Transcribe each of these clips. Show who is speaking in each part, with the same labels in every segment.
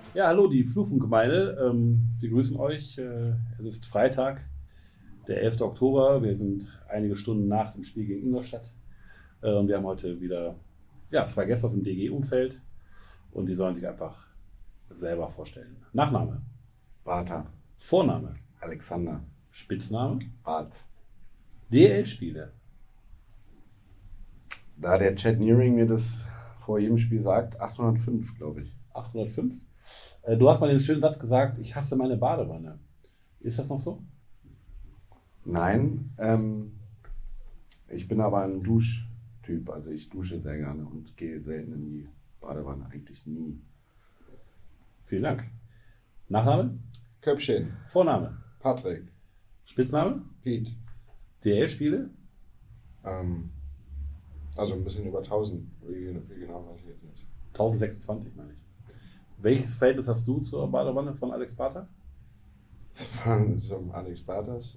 Speaker 1: Ja, hallo, die Flurfunkgemeinde. Wir grüßen euch. Es ist Freitag, der 11. Oktober. Wir sind einige Stunden nach dem Spiel gegen Ingolstadt. Und wir haben heute wieder zwei Gäste aus dem DG-Umfeld. Und die sollen sich einfach selber vorstellen. Nachname,
Speaker 2: Bartha,
Speaker 1: Vorname,
Speaker 2: Alexander,
Speaker 1: Spitzname,
Speaker 2: Barz.
Speaker 1: DL-Spiele.
Speaker 2: Da der Chad Nearing mir das vor jedem Spiel sagt, 805, glaube ich.
Speaker 1: 805. Du hast mal den schönen Satz gesagt, ich hasse meine Badewanne. Ist das noch so?
Speaker 2: Nein, ich bin aber ein Duschtyp. Also ich dusche sehr gerne und gehe selten in die Badewanne, eigentlich nie.
Speaker 1: Vielen Dank. Nachname,
Speaker 3: Köpfchen,
Speaker 1: Vorname,
Speaker 3: Patrick,
Speaker 1: Spitzname,
Speaker 3: Piet.
Speaker 1: DL-Spiele.
Speaker 3: Also ein bisschen über 1000. Wie genau weiß ich jetzt nicht.
Speaker 1: 1026 meine ich. Welches Verhältnis hast du zur Badewanne von Alex Bartha?
Speaker 3: Zum Alex Bartas.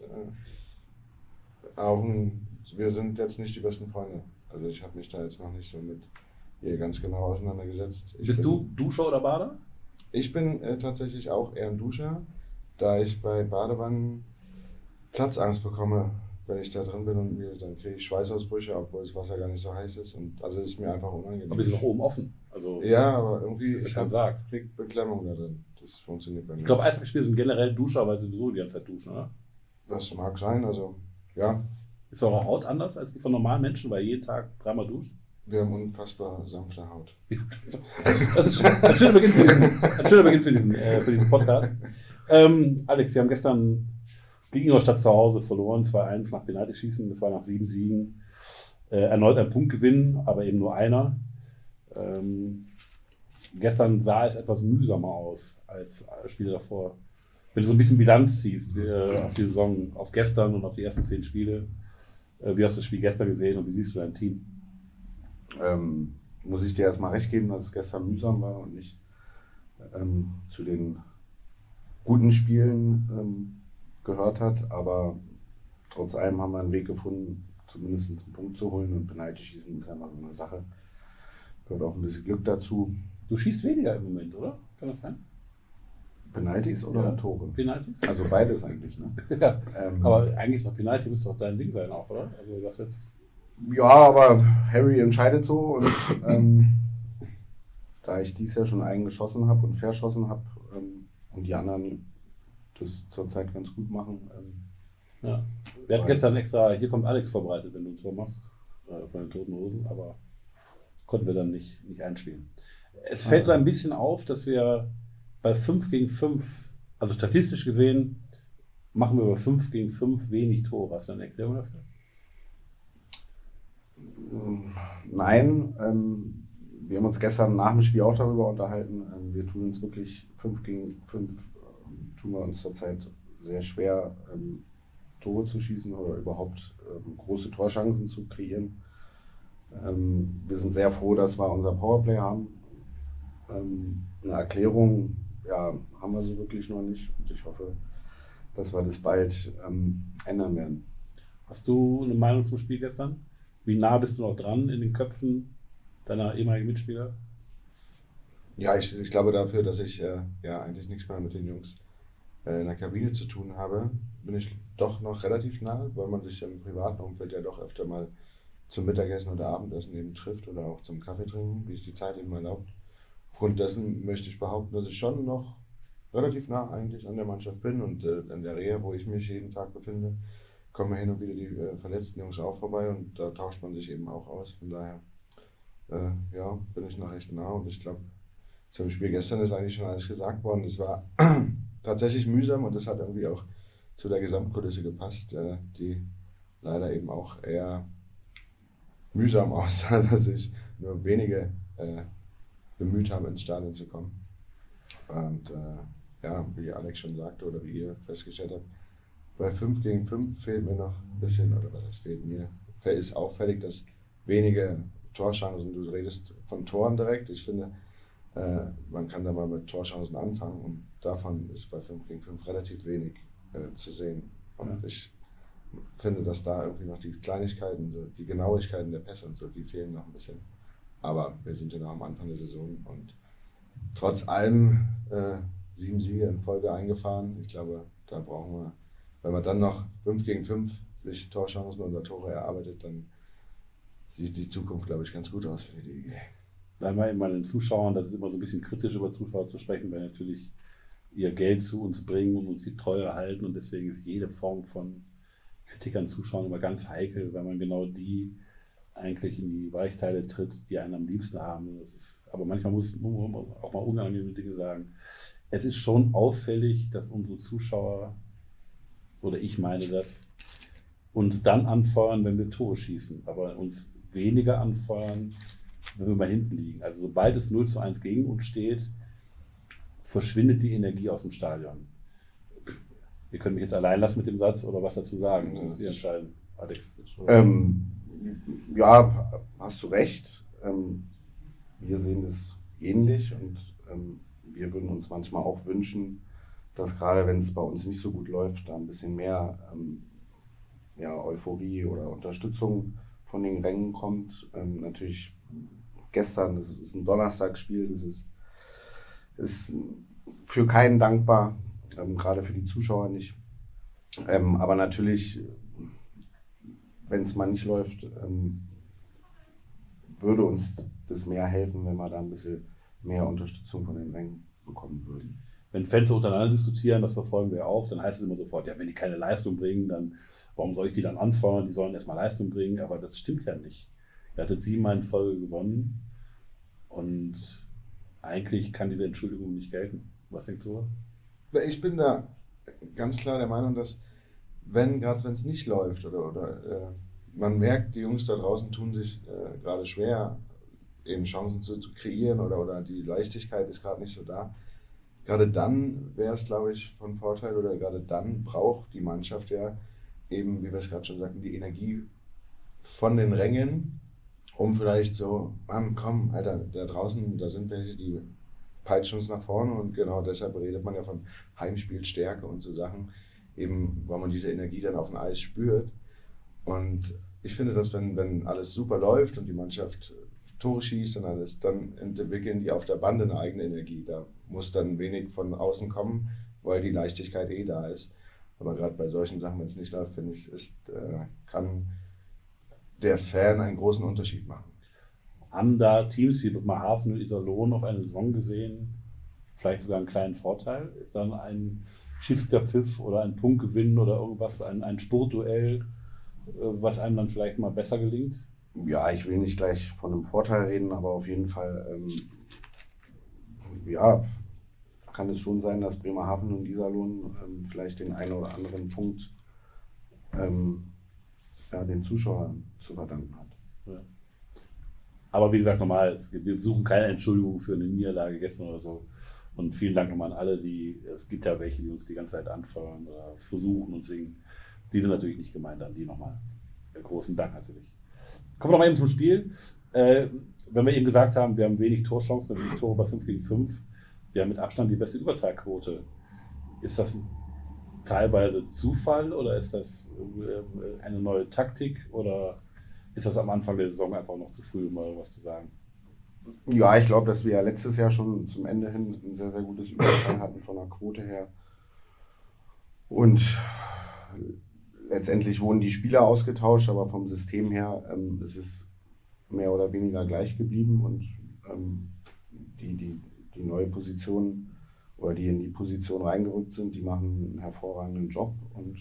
Speaker 3: Wir sind jetzt nicht die besten Freunde. Also ich habe mich da jetzt noch nicht so mit ihr ganz genau auseinandergesetzt.
Speaker 1: Bist du Duscher oder Bader?
Speaker 3: Ich bin tatsächlich auch eher ein Duscher, da ich bei Badewannen Platzangst bekomme, wenn ich da drin bin und dann kriege ich Schweißausbrüche, obwohl das Wasser gar nicht so heiß ist. Und also ist mir einfach unangenehm.
Speaker 1: Aber wir sind noch oben offen. Also,
Speaker 3: Ja, aber irgendwie,
Speaker 1: das ist
Speaker 3: ich
Speaker 1: kein Sarg.
Speaker 3: kriege Beklemmung da drin. Das funktioniert bei mir.
Speaker 1: Ich glaube, Eishockeyspieler sind generell Duscher, weil sie sowieso die ganze Zeit duschen, oder?
Speaker 3: Das mag sein, also ja,
Speaker 1: Ist eure Haut anders als die von normalen Menschen, weil ihr jeden Tag dreimal duscht?
Speaker 3: wir haben unfassbar sanfte Haut.
Speaker 1: Das ist ein schöner Beginn für diesen Podcast. Alex, wir haben gestern gegen Ingolstadt zu Hause verloren, 2-1 nach Penaltyschießen. Das war nach 7 Siegen. Erneut ein Punktgewinn, aber eben nur einer. Gestern sah es etwas mühsamer aus als Spiele davor. Wenn du so ein bisschen Bilanz ziehst auf die Saison, auf gestern und auf die ersten 10 Spiele, wie hast du das Spiel gestern gesehen und wie siehst du dein Team?
Speaker 2: Muss ich dir erstmal recht geben, dass es gestern mühsam war und nicht zu den guten Spielen gehört hat. Aber trotz allem haben wir einen Weg gefunden, zumindest einen Punkt zu holen. Und Penalty-Schießen ist ja immer so eine Sache. Gehört auch ein bisschen Glück dazu.
Speaker 1: Du schießt weniger im Moment, oder? Kann das sein?
Speaker 2: Penalties oder
Speaker 1: Ja.
Speaker 2: Tore?
Speaker 1: Penalties?
Speaker 2: Also beides eigentlich, ne?
Speaker 1: Ja, aber eigentlich ist doch Penalty müsste doch dein Ding sein auch, oder? Also das jetzt.
Speaker 2: Ja, aber Harry entscheidet so und da ich dies Jahr schon einen geschossen habe und verschossen habe und die anderen das zurzeit ganz gut machen.
Speaker 1: Ja. Wir hatten gestern extra, hier kommt Alex vorbereitet, wenn du ein Tor machst, von den Toten Hosen, aber konnten wir dann nicht einspielen. Es fällt so ein bisschen auf, dass wir bei 5 gegen 5, also statistisch gesehen, machen wir bei 5 gegen 5 wenig Tore. Hast du eine Erklärung dafür?
Speaker 2: Nein, wir haben uns gestern nach dem Spiel auch darüber unterhalten. Wir tun uns wirklich 5 gegen 5, tun wir uns zurzeit sehr schwer, Tore zu schießen oder überhaupt große Torchancen zu kreieren. Wir sind sehr froh, dass wir unser Powerplay haben. Eine Erklärung haben wir so wirklich noch nicht und ich hoffe, dass wir das bald ändern werden.
Speaker 1: Hast du eine Meinung zum Spiel gestern? Wie nah bist du noch dran in den Köpfen deiner ehemaligen Mitspieler?
Speaker 3: Ja, ich glaube dafür, dass ich eigentlich nichts mehr mit den Jungs in der Kabine zu tun habe, bin ich doch noch relativ nah, weil man sich im privaten Umfeld ja doch öfter mal zum Mittagessen oder Abendessen eben trifft oder auch zum Kaffee trinken, wie es die Zeit eben erlaubt. Aufgrund dessen möchte ich behaupten, dass ich schon noch relativ nah eigentlich an der Mannschaft bin und in der Reha, wo ich mich jeden Tag befinde, kommen hin und wieder die verletzten Jungs auch vorbei und da tauscht man sich eben auch aus. Von daher bin ich noch recht nah und ich glaube, zum Spiel gestern ist eigentlich schon alles gesagt worden. Es war tatsächlich mühsam und das hat irgendwie auch zu der Gesamtkulisse gepasst, die leider eben auch eher mühsam aussah, dass sich nur wenige bemüht haben, ins Stadion zu kommen. Und wie Alex schon sagte oder wie ihr festgestellt habt, bei 5 gegen 5 fehlt mir noch ein bisschen, oder was fehlt mir? Ist auffällig, dass wenige Torchancen, du redest von Toren direkt, ich finde, man kann da mal mit Torchancen anfangen und davon ist bei 5 gegen 5 relativ wenig zu sehen. Und ich finde, dass da irgendwie noch die Kleinigkeiten, so die Genauigkeiten der Pässe und so, die fehlen noch ein bisschen. Aber wir sind ja noch am Anfang der Saison und trotz allem 7 Siege in Folge eingefahren. Ich glaube, da brauchen wir, wenn man dann noch 5 gegen 5 sich Torchancen oder Tore erarbeitet, dann sieht die Zukunft, glaube ich, ganz gut aus für die DEG.
Speaker 1: Bleiben wir eben bei den Zuschauern, das ist immer so ein bisschen kritisch über Zuschauer zu sprechen, weil natürlich ihr Geld zu uns bringen und uns die Treue erhalten und deswegen ist jede Form von Kritik an Zuschauern immer ganz heikel, weil man genau die eigentlich in die Weichteile tritt, die einen am liebsten haben. Aber manchmal muss man auch mal unangenehme Dinge sagen. Es ist schon auffällig, dass unsere Zuschauer, oder ich meine das, uns dann anfeuern, wenn wir Tore schießen, aber uns weniger anfeuern, wenn wir mal hinten liegen. Also sobald es 0:1 gegen uns steht, verschwindet die Energie aus dem Stadion. Ihr könnt mich jetzt allein lassen mit dem Satz oder was dazu sagen. Das müsst ihr entscheiden. Alex.
Speaker 2: Ja, hast du recht. Wir sehen das ähnlich und wir würden uns manchmal auch wünschen, dass gerade wenn es bei uns nicht so gut läuft, da ein bisschen mehr Euphorie oder Unterstützung von den Rängen kommt. Natürlich gestern, das ist ein Donnerstagsspiel, das ist für keinen dankbar, gerade für die Zuschauer nicht. Aber natürlich, wenn es mal nicht läuft, würde uns das mehr helfen, wenn wir da ein bisschen mehr Unterstützung von den Rängen bekommen würden.
Speaker 1: Wenn Fans untereinander diskutieren, das verfolgen wir auch, dann heißt es immer sofort, ja, wenn die keine Leistung bringen, dann warum soll ich die dann anfeuern? Die sollen erstmal Leistung bringen, aber das stimmt ja nicht. Ihr hattet 7-mal in Folge gewonnen und eigentlich kann diese Entschuldigung nicht gelten. Was denkst du?
Speaker 3: Ich bin da ganz klar der Meinung, dass gerade wenn es nicht läuft oder man merkt, die Jungs da draußen tun sich gerade schwer, eben Chancen zu kreieren oder die Leichtigkeit ist gerade nicht so da. Gerade dann wäre es, glaube ich, von Vorteil oder gerade dann braucht die Mannschaft ja eben, wie wir es gerade schon sagten, die Energie von den Rängen, um vielleicht so, Mann, komm, Alter, da draußen, da sind welche, die peitschen uns nach vorne und genau deshalb redet man ja von Heimspielstärke und so Sachen, eben weil man diese Energie dann auf dem Eis spürt. Und ich finde, dass wenn alles super läuft und die Mannschaft Tore schießt und alles, dann entwickeln die auf der Bande eine eigene Energie. Da muss dann wenig von außen kommen, weil die Leichtigkeit da ist. Aber gerade bei solchen Sachen, wenn es nicht läuft, finde ich, kann der Fan einen großen Unterschied machen.
Speaker 1: Haben da Teams wie Bremerhaven und Iserlohn auf eine Saison gesehen, vielleicht sogar einen kleinen Vorteil? Ist dann ein Schiedsrichterpfiff oder ein Punktgewinn oder irgendwas, ein Spurtduell, was einem dann vielleicht mal besser gelingt?
Speaker 2: Ja, ich will nicht gleich von einem Vorteil reden, aber auf jeden Fall kann es schon sein, dass Bremerhaven und Iserlohn vielleicht den einen oder anderen Punkt den Zuschauern zu verdanken hat.
Speaker 1: Ja. Aber wie gesagt, nochmal, wir suchen keine Entschuldigung für eine Niederlage gestern oder so. Und vielen Dank nochmal an alle, es gibt ja welche, die uns die ganze Zeit anfeuern oder versuchen und singen. Die sind natürlich nicht gemeint, an die nochmal großen Dank natürlich. Kommen wir noch mal eben zum Spiel. Wenn wir eben gesagt haben, wir haben wenig Torchancen, wenig Tore bei 5 gegen 5. Wir haben mit Abstand die beste Überzahlquote. Ist das teilweise Zufall oder ist das eine neue Taktik oder ist das am Anfang der Saison einfach noch zu früh, um mal was zu sagen?
Speaker 2: Ja, ich glaube, dass wir ja letztes Jahr schon zum Ende hin ein sehr, sehr gutes Überzahl hatten von der Quote her. Und letztendlich wurden die Spieler ausgetauscht, aber vom System her ist es mehr oder weniger gleich geblieben und die neue Position oder die in die Position reingerückt sind, die machen einen hervorragenden Job und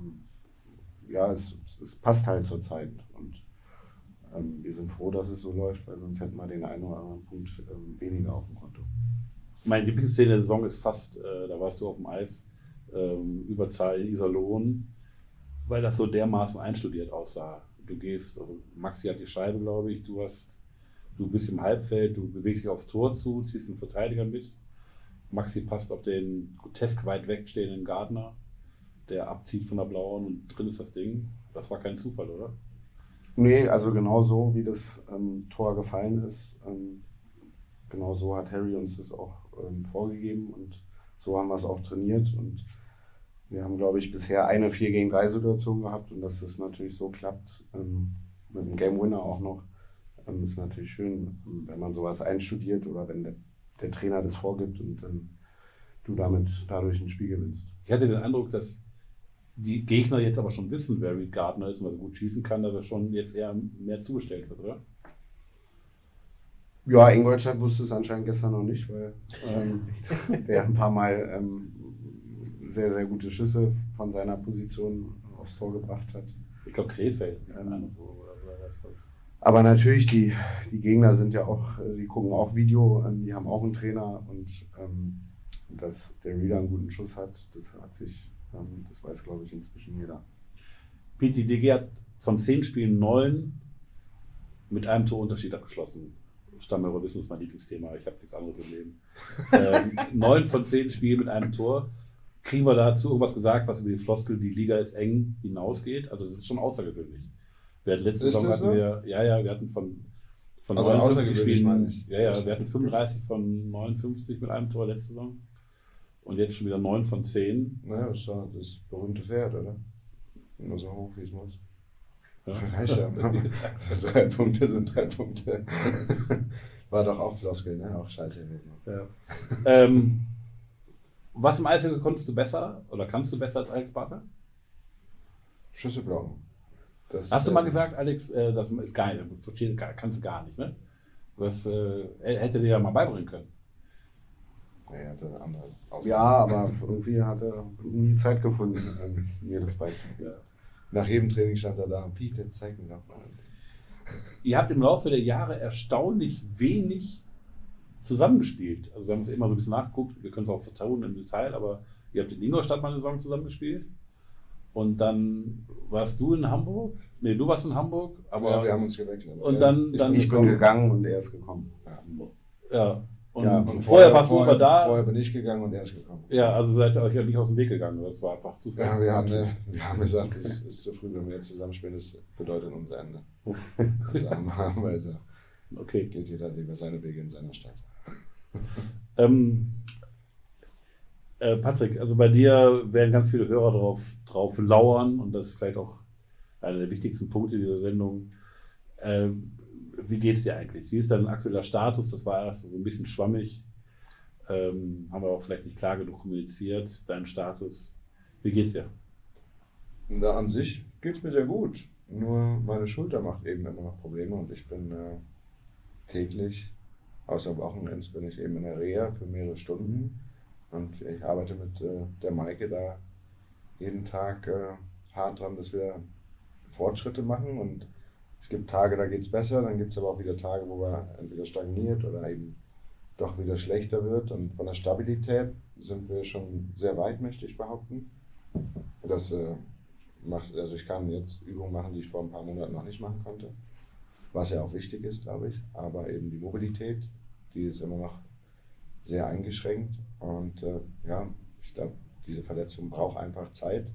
Speaker 2: es passt halt zur Zeit und wir sind froh, dass es so läuft, weil sonst hätten wir den einen oder anderen Punkt weniger auf dem Konto.
Speaker 1: Meine Lieblingsszene der Saison ist fast, da warst du auf dem Eis, Überzahl in Iserlohn, weil das so dermaßen einstudiert aussah. Du gehst, also Maxi hat die Scheibe, glaube ich, du bist im Halbfeld, du bewegst dich aufs Tor zu, ziehst einen Verteidiger mit. Maxi passt auf den grotesk weit wegstehenden Gardner, der abzieht von der Blauen und drin ist das Ding. Das war kein Zufall, oder?
Speaker 2: Nee, also genau so, wie das Tor gefallen ist, genau so hat Harry uns das auch vorgegeben und so haben wir es auch trainiert und wir haben, glaube ich, bisher eine 4-gegen-3 Situation gehabt und dass das natürlich so klappt, mit dem Game Winner auch noch, ist natürlich schön, wenn man sowas einstudiert oder wenn der der Trainer das vorgibt und du dadurch ein Spiel gewinnst.
Speaker 1: Ich hatte den Eindruck, dass die Gegner jetzt aber schon wissen, wer Reed Gardner ist und was er gut schießen kann, dass er schon jetzt eher mehr zugestellt wird, oder?
Speaker 2: Ja, Ingolstadt wusste es anscheinend gestern noch nicht, weil der ein paar Mal sehr, sehr gute Schüsse von seiner Position aufs Tor gebracht hat.
Speaker 1: Ich glaube Krefeld.
Speaker 2: Aber natürlich, die Gegner sind ja auch, die gucken auch Video, die haben auch einen Trainer und dass der Reader einen guten Schuss hat, das weiß, glaube ich, inzwischen jeder.
Speaker 1: PTDG hat von 10 Spielen 9 mit einem Torunterschied abgeschlossen. Stammelwissen ist mein Lieblingsthema, ich habe nichts anderes im Leben. 9 von 10 Spielen mit einem Tor. Kriegen wir dazu irgendwas gesagt, was über die Floskel, die Liga ist eng, hinausgeht? Also das ist schon außergewöhnlich. Letzte Saison hatten wir, wir hatten von
Speaker 3: also
Speaker 1: 59 Spielen,
Speaker 3: wir
Speaker 1: hatten 35 von 59 mit einem Tor letzte Saison. Und jetzt schon wieder 9 von 10.
Speaker 3: Naja, das war das berühmte Pferd, oder? Immer so hoch, wie es muss.
Speaker 1: Ja.
Speaker 3: Reicht ja. 3 Punkte sind 3 Punkte. War doch auch Floskel, ne? Auch scheiße gewesen.
Speaker 1: Ja. Was im Eishockey konntest du besser oder kannst du besser als Alex Barter?
Speaker 3: Schüsse blocken.
Speaker 1: Hast du mal gesagt, Alex, das ist gar nicht, kannst du gar nicht, ne? Was hätte dir ja mal beibringen können.
Speaker 3: Er hatte eine andere Aufgabe.
Speaker 2: Ja, aber irgendwie hat er nie Zeit gefunden, mir das beizubringen.
Speaker 1: Ja.
Speaker 3: Nach jedem Training stand er da, Pete, jetzt zeig mir doch mal.
Speaker 1: Ihr habt im Laufe der Jahre erstaunlich wenig zusammengespielt. Also wir haben es immer so ein bisschen nachgeguckt, wir können es auch vertrauen im Detail, aber ihr habt in Ingolstadt mal eine Saison zusammengespielt. Und dann warst du in Hamburg? Nee, du warst in Hamburg, aber.
Speaker 3: Ja, wir haben uns gewechselt.
Speaker 1: Und dann
Speaker 2: Ich bin gegangen und er ist gekommen.
Speaker 1: Ja.
Speaker 3: Und
Speaker 1: vorher warst du aber da.
Speaker 3: Vorher bin ich gegangen und er ist gekommen.
Speaker 1: Ja, also seid ihr euch ja nicht aus dem Weg gegangen. Das war einfach zu viel.
Speaker 3: Ja, wir haben gesagt, es ist zu früh, wenn wir jetzt zusammenspielen, das bedeutet unser Ende. Und dann haben wir gesagt,
Speaker 1: okay.
Speaker 3: geht jeder lieber seine Wege in seiner Stadt.
Speaker 1: Patrick, also bei dir werden ganz viele Hörer drauf lauern und das ist vielleicht auch einer der wichtigsten Punkte dieser Sendung. Wie geht es dir eigentlich? Wie ist dein aktueller Status? Das war erst so ein bisschen schwammig. Haben wir auch vielleicht nicht klar genug kommuniziert, deinen Status. Wie geht's dir?
Speaker 3: Na, an sich geht es mir sehr gut. Nur meine Schulter macht eben immer noch Probleme und ich bin täglich, außer Wochenends, bin ich eben in der Reha für mehrere Stunden. Und ich arbeite mit der Maike da jeden Tag hart dran, dass wir Fortschritte machen. Und es gibt Tage, da geht es besser, dann gibt es aber auch wieder Tage, wo wir entweder stagniert oder eben doch wieder schlechter wird. Und von der Stabilität sind wir schon sehr weit, möchte ich behaupten. Das also ich kann jetzt Übungen machen, die ich vor ein paar Monaten noch nicht machen konnte, was ja auch wichtig ist, glaube ich. Aber eben die Mobilität, die ist immer noch sehr eingeschränkt. Und ich glaube, diese Verletzung braucht einfach Zeit.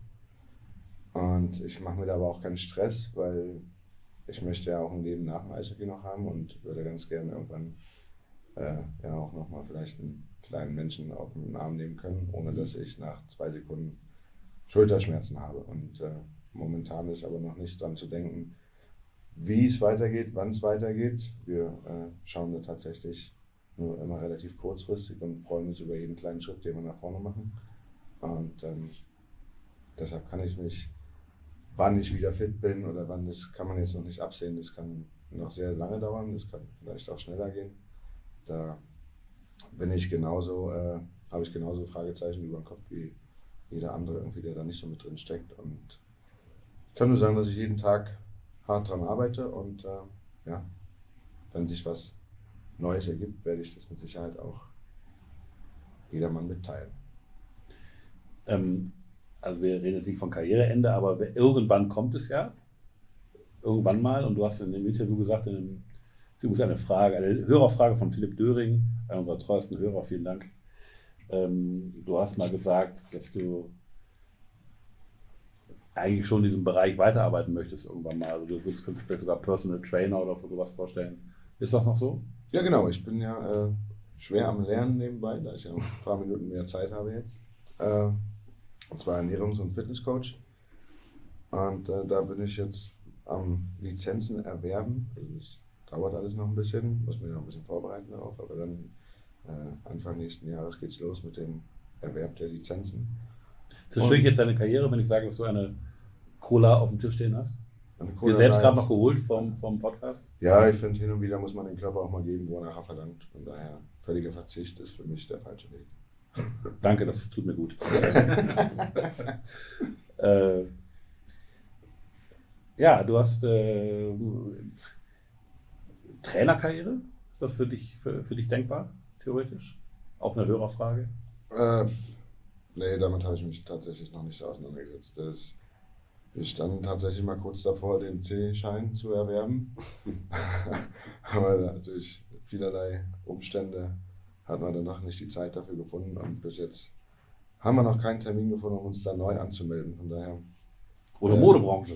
Speaker 3: Und ich mache mir da aber auch keinen Stress, weil ich möchte ja auch ein Leben nach dem Eishockey noch haben und würde ganz gerne irgendwann auch nochmal vielleicht einen kleinen Menschen auf den Arm nehmen können, ohne dass ich nach 2 Sekunden Schulterschmerzen habe. Und momentan ist aber noch nicht dran zu denken, wie es weitergeht, wann es weitergeht. Wir schauen da tatsächlich nur immer relativ kurzfristig und freuen uns über jeden kleinen Schritt, den wir nach vorne machen. Und deshalb kann ich mich, wann ich wieder fit bin oder wann, das kann man jetzt noch nicht absehen. Das kann noch sehr lange dauern, das kann vielleicht auch schneller gehen. Da bin ich genauso, habe ich genauso Fragezeichen über den Kopf wie jeder andere, irgendwie, der da nicht so mit drin steckt. Und ich kann nur sagen, dass ich jeden Tag hart dran arbeite und wenn sich was Neues ergibt, werde ich das mit Sicherheit auch jedermann mitteilen.
Speaker 1: Also wir reden jetzt nicht von Karriereende, aber irgendwann kommt es ja. Irgendwann mal. Und du hast in dem Interview gesagt, eine Hörerfrage von Philipp Döring, einer unserer treuesten Hörer, vielen Dank. Du hast mal gesagt, dass du eigentlich schon in diesem Bereich weiterarbeiten möchtest irgendwann mal. Also du könntest vielleicht sogar Personal Trainer oder sowas vorstellen. Ist das noch so?
Speaker 3: Ja, genau. Ich bin ja schwer am Lernen nebenbei, da ich ja ein paar Minuten mehr Zeit habe jetzt. Und zwar Ernährungs- und Fitnesscoach. Und da bin ich jetzt am Lizenzen erwerben. Also das dauert alles noch ein bisschen, muss mich noch ein bisschen vorbereiten darauf, aber dann Anfang nächsten Jahres geht es los mit dem Erwerb der Lizenzen.
Speaker 1: Zerstöre ich jetzt deine Karriere, wenn ich sage, dass du eine Cola auf dem Tisch stehen hast?
Speaker 3: Eine Cola
Speaker 1: Dir selbst
Speaker 3: Light.
Speaker 1: gerade noch geholt vom Podcast?
Speaker 3: Ja, ich finde, hin und wieder muss man den Körper auch mal geben, wo er nachher verlangt. Von daher, völliger Verzicht ist für mich der falsche Weg.
Speaker 1: Danke, das tut mir gut. Ja, du hast Trainerkarriere. Ist das für dich denkbar, theoretisch? Auch eine Hörerfrage.
Speaker 3: Nee, damit habe ich mich tatsächlich noch nicht so auseinandergesetzt. Wir standen tatsächlich mal kurz davor, den C-Schein zu erwerben. Aber durch vielerlei Umstände hat man dann noch nicht die Zeit dafür gefunden. Und bis jetzt haben wir noch keinen Termin gefunden, um uns da neu anzumelden. Von daher.
Speaker 1: Oder Modebranche.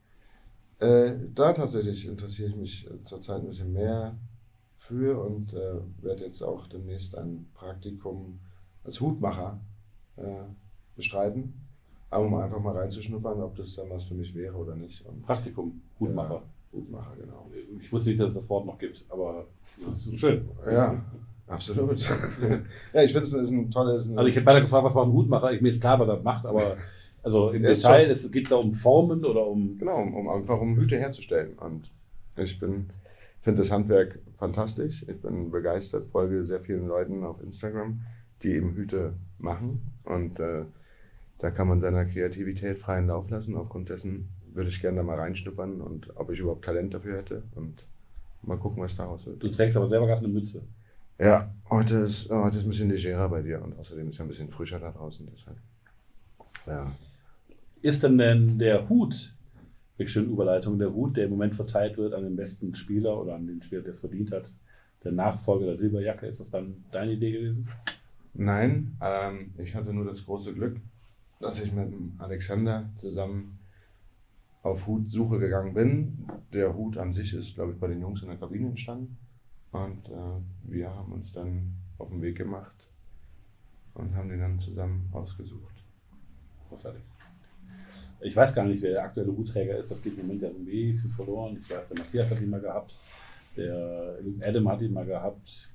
Speaker 3: Da tatsächlich interessiere ich mich zurzeit ein bisschen mehr für und werde jetzt auch demnächst ein Praktikum als Hutmacher bestreiten, aber um einfach mal reinzuschnuppern, ob das dann was für mich wäre oder nicht. Und
Speaker 1: Praktikum, Hutmacher.
Speaker 3: Ja, Hutmacher, genau.
Speaker 1: Ich wusste nicht, dass es das Wort noch gibt, aber das ist schön.
Speaker 3: Ja, absolut. Ja, ich finde, es ist ein tolles...
Speaker 1: Also ich hätte beinahe gefragt, was macht ein Hutmacher? Mir ist klar, was er macht, aber also im Detail geht es da um Formen oder um...
Speaker 3: Genau, um Hüte herzustellen. Und ich finde das Handwerk fantastisch. Ich bin begeistert, folge sehr vielen Leuten auf Instagram, die eben Hüte machen. Und da kann man seiner Kreativität freien Lauf lassen. Aufgrund dessen würde ich gerne da mal reinschnuppern und ob ich überhaupt Talent dafür hätte. Und mal gucken, was daraus wird.
Speaker 1: Du trägst aber selber gerade eine Mütze.
Speaker 3: Ja, heute ist ein bisschen legerer bei dir und außerdem ist ja ein bisschen frischer da draußen. Deshalb. Ja.
Speaker 1: Ist denn der Hut, wirklich schöne Überleitung, der Hut, der im Moment verteilt wird an den besten Spieler oder an den Spieler, der es verdient hat, der Nachfolger der Silberjacke, ist das dann deine Idee gewesen?
Speaker 3: Nein, ich hatte nur das große Glück, dass ich mit dem Alexander zusammen auf Hutsuche gegangen bin. Der Hut an sich ist, glaube ich, bei den Jungs in der Kabine entstanden. Und wir haben uns dann auf den Weg gemacht und haben den dann zusammen ausgesucht.
Speaker 1: Großartig. Ich weiß gar nicht, wer der aktuelle Hutträger ist. Das geht im Moment ja so ein bisschen verloren. Ich weiß, der Matthias hat ihn mal gehabt. Der Adam hat ihn mal gehabt.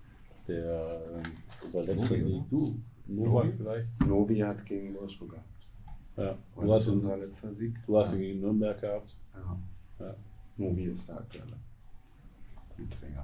Speaker 1: Unser letzter Sieg. Novi vielleicht?
Speaker 2: Novi hat gegen Wolfsburg gehabt.
Speaker 1: Ja.
Speaker 2: Du hast unser letzter Sieg.
Speaker 1: Du hast ihn gegen Nürnberg gehabt.
Speaker 2: Ja. Novi ist der aktuelle Hutträger.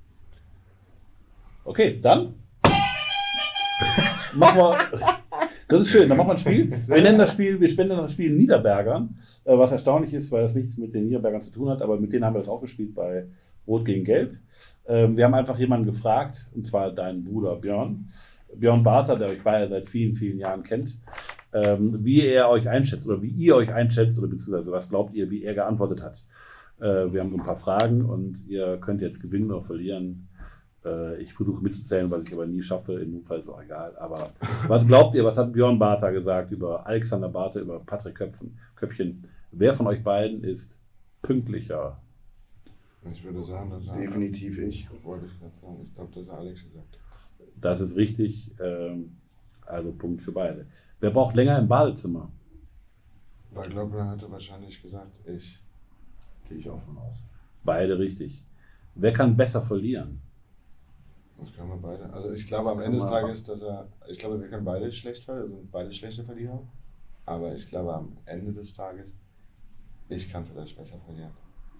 Speaker 1: Okay, dann machen wir. Das ist schön, dann machen wir ein Spiel. Wir spenden das Spiel Niederbergern, was erstaunlich ist, weil das nichts mit den Niederbergern zu tun hat, aber mit denen haben wir das auch gespielt bei Rot gegen Gelb. Wir haben einfach jemanden gefragt, und zwar deinen Bruder Björn Barther, der euch beide seit vielen, vielen Jahren kennt, wie er euch einschätzt oder wie ihr euch einschätzt oder beziehungsweise was glaubt ihr, wie er geantwortet hat. Wir haben so ein paar Fragen und ihr könnt jetzt gewinnen oder verlieren. Ich versuche mitzuzählen, was ich aber nie schaffe. In dem Fall ist es auch egal. Aber was glaubt ihr, was hat Björn Barther gesagt über Alexander Barther, über Patrick Köppchen? Wer von euch beiden ist pünktlicher?
Speaker 3: Ich würde sagen, dass
Speaker 2: definitiv ich.
Speaker 3: Wollte ich gerade sagen. Ich glaube, das hat Alex gesagt.
Speaker 1: Das ist richtig. Also Punkt für beide. Wer braucht länger im Badezimmer?
Speaker 3: Da glaube ich, hat er wahrscheinlich gesagt, ich.
Speaker 2: Gehe ich auch von aus.
Speaker 1: Beide richtig. Wer kann besser verlieren?
Speaker 3: Das können wir beide. Also ich glaube am Ende des Tages, ich glaube, wir können beide schlecht verlieren, sind beide schlechte Verlierer. Aber ich glaube am Ende des Tages, ich kann vielleicht besser verlieren.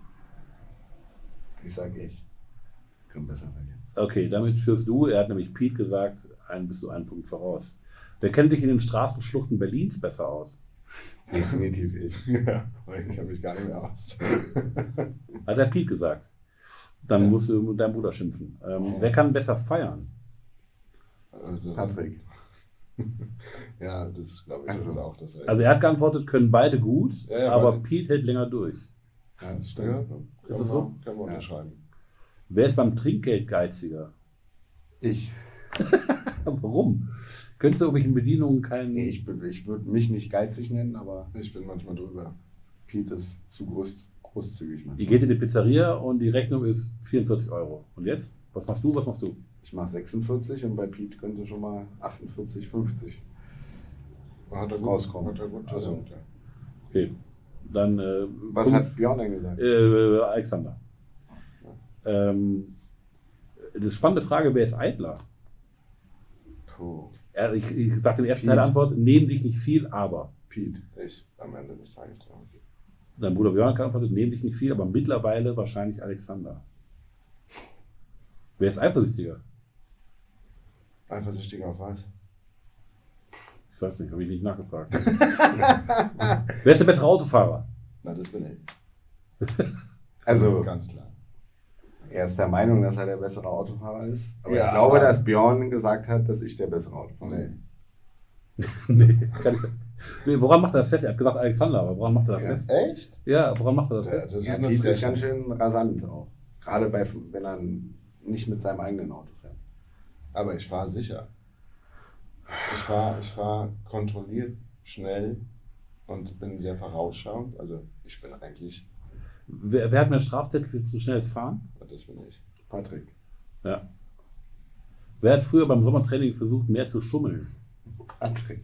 Speaker 2: Ich sage ich. Kann besser verlieren.
Speaker 1: Okay, damit führst du. Er hat nämlich Piet gesagt, bist du einen Punkt voraus. Wer kennt sich in den Straßenschluchten Berlins besser aus?
Speaker 2: Definitiv ich.
Speaker 3: Ja, ich kenne mich gar nicht mehr aus.
Speaker 1: Hat der Piet gesagt. Dann musst du mit deinem Bruder schimpfen. Wer kann besser feiern?
Speaker 3: Also,
Speaker 2: Patrick.
Speaker 3: Ja, das glaube ich jetzt auch. Das
Speaker 1: Also er hat geantwortet, können beide gut,
Speaker 3: Ja,
Speaker 1: aber
Speaker 3: beide.
Speaker 1: Piet hält länger durch.
Speaker 2: Ja, das stimmt.
Speaker 3: Ja,
Speaker 1: Ist es so?
Speaker 3: Können wir unterschreiben.
Speaker 1: Wer ist beim Trinkgeld geiziger?
Speaker 2: Ich.
Speaker 1: Warum? Könntest du irgendwelchen Bedienungen keinen...
Speaker 2: Nee, ich würde mich nicht geizig nennen, aber
Speaker 3: Ich bin manchmal drüber.
Speaker 2: Pete ist zu großzügig
Speaker 1: Ihr
Speaker 2: manchmal.
Speaker 1: geht in die Pizzeria und die Rechnung ist 44 €. Und jetzt? Was machst du?
Speaker 2: Ich mache 46 und bei Pete könnte schon mal 48,50
Speaker 3: Hat er gut,
Speaker 2: rauskommen.
Speaker 3: Hat er gut
Speaker 2: Also,
Speaker 3: gesagt, ja.
Speaker 1: Okay. Dann...
Speaker 2: was hat Björn denn gesagt?
Speaker 1: Alexander. Eine spannende Frage, wer ist Eidler?
Speaker 3: Puh.
Speaker 1: Ich sage den ersten
Speaker 2: Pete.
Speaker 1: Teil der Antwort, nehmen sich nicht viel, aber.
Speaker 2: Pete.
Speaker 3: Ich am Ende des Tages.
Speaker 1: Dein Bruder Björn kann antworten, nehmen sich nicht viel, aber mittlerweile wahrscheinlich Alexander. Wer ist eifersüchtiger?
Speaker 3: Eifersüchtiger auf was?
Speaker 1: Ich weiß nicht, habe ich nicht nachgefragt. Wer ist der bessere Autofahrer?
Speaker 3: Na, das bin ich.
Speaker 2: Also,
Speaker 3: Ganz klar.
Speaker 2: er ist der Meinung, dass er der bessere Autofahrer ist. Aber
Speaker 3: Ja,
Speaker 2: ich glaube,
Speaker 3: aber-
Speaker 2: dass Björn gesagt hat, dass ich der bessere Autofahrer bin.
Speaker 1: Nee, kann ich nicht. Nee, woran macht er das fest? Er hat gesagt Alexander, aber woran macht er das
Speaker 2: Ja.
Speaker 1: fest?
Speaker 3: Echt?
Speaker 1: Ja, woran macht er das
Speaker 3: Ja,
Speaker 1: fest?
Speaker 3: das
Speaker 2: Ja,
Speaker 3: ist eine
Speaker 2: Pete ist ganz
Speaker 3: Frechheit.
Speaker 2: schön rasant auch. Gerade wenn er nicht mit seinem eigenen Auto fährt.
Speaker 3: Aber ich war sicher. Ich fahr kontrolliert, schnell und bin sehr vorausschauend. Also ich bin eigentlich,
Speaker 1: Wer hat mehr Strafzettel für zu schnelles Fahren?
Speaker 3: das bin ich.
Speaker 2: Patrick.
Speaker 1: Ja. Wer hat früher beim Sommertraining versucht, mehr zu schummeln?
Speaker 2: Patrick.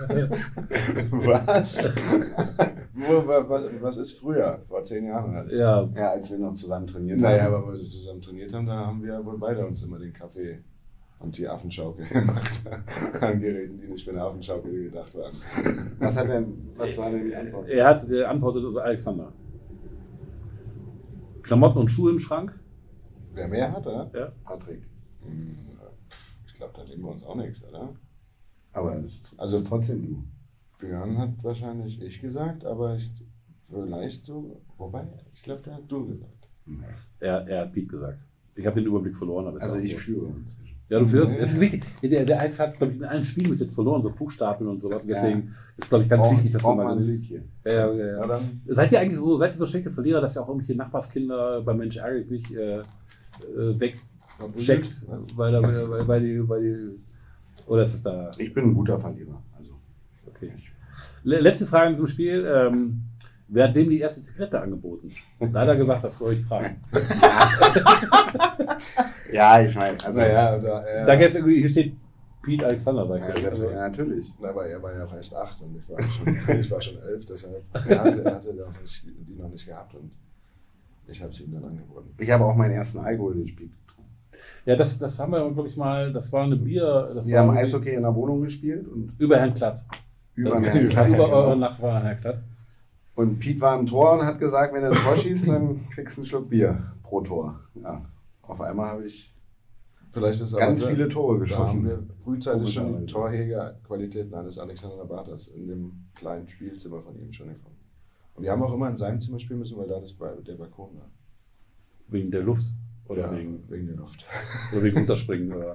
Speaker 3: Was? Was ist früher? Vor 10 Jahren halt.
Speaker 1: Ja,
Speaker 2: Ja, als wir noch zusammen trainiert
Speaker 3: Naja,
Speaker 2: haben.
Speaker 3: aber weil wir zusammen trainiert haben, da haben wir wohl beide uns immer den Kaffee und die Affenschaukel gemacht. An Geräten, die nicht für eine Affenschaukel gedacht waren.
Speaker 2: Was war denn die Antwort?
Speaker 1: er hat antwortet also Alexander. Klamotten und Schuhe im Schrank?
Speaker 3: Wer mehr hat, oder?
Speaker 1: Ja.
Speaker 2: Patrick.
Speaker 3: Ich glaube, da nehmen wir uns auch nichts, oder?
Speaker 2: Aber das ist
Speaker 3: Also-
Speaker 2: trotzdem du.
Speaker 3: Björn hat wahrscheinlich ich gesagt, aber vielleicht so, wobei, ich glaube, der hat du gesagt.
Speaker 1: Er hat Pete gesagt. Ich habe den Überblick verloren. Aber ist
Speaker 2: Also
Speaker 1: auch
Speaker 2: ich
Speaker 1: so.
Speaker 2: führe inzwischen.
Speaker 1: Ja, du führst.
Speaker 3: Nee.
Speaker 1: Das ist wichtig. Der Alex hat, glaube ich, in allen Spielen bis jetzt verloren, so Puckstapeln und sowas.
Speaker 2: Ja.
Speaker 1: Deswegen ist, glaube ich, ganz wichtig, dass du
Speaker 2: braucht
Speaker 1: mal
Speaker 2: man einen
Speaker 1: gewinnst.
Speaker 2: Sieg hier.
Speaker 1: Ja.
Speaker 3: dann
Speaker 1: Seid ihr so schlechte Verlierer, dass ihr auch irgendwelche Nachbarskinder beim Mensch ärgere ich mich wegcheckt, weil die oder ist es da?
Speaker 2: Ich bin ein guter Verlierer. Also
Speaker 1: Okay. Letzte Frage zum Spiel. Wer hat wem die erste Zigarette angeboten? Da hat er gesagt, das soll ich fragen.
Speaker 2: ja, ich meine, also
Speaker 3: naja,
Speaker 1: Da gäbe es irgendwie, hier steht Pete Alexander, sagt
Speaker 2: ja,
Speaker 1: er.
Speaker 2: selbst, ja, natürlich.
Speaker 3: aber er war ja auch erst 8 und ich war schon 11, deshalb er hatte die noch nicht gehabt und ich habe sie ihm dann angeboten.
Speaker 2: Ich habe auch meinen ersten Alkohol durch Pete getrunken.
Speaker 1: Ja, das haben wir, glaube ich, mal, das war eine Bier, das
Speaker 2: Wir
Speaker 1: war
Speaker 2: haben
Speaker 1: irgendwie
Speaker 2: Eishockey in der Wohnung gespielt und
Speaker 1: über Herrn Klatt.
Speaker 2: über
Speaker 1: Über eure Nachbarn, Herr Klatt.
Speaker 2: Und Pete war im Tor und hat gesagt, wenn du ein Tor schießt, dann kriegst du einen Schluck Bier pro Tor. Ja. Auf einmal habe ich
Speaker 3: Vielleicht ist
Speaker 2: ganz
Speaker 3: aber
Speaker 2: viele Tore
Speaker 3: da haben wir
Speaker 2: geschossen.
Speaker 3: frühzeitig schon
Speaker 2: Komischerweise.
Speaker 3: Torjägerqualitäten eines Alexander Bartas in dem kleinen Spielzimmer von ihm schon gefunden. Und wir haben auch immer in seinem Zimmer spielen müssen, weil da der Balkon war.
Speaker 1: Wegen der Luft. Oder
Speaker 3: Ja,
Speaker 1: wegen
Speaker 3: der Luft.
Speaker 1: Runterspringen. Oder.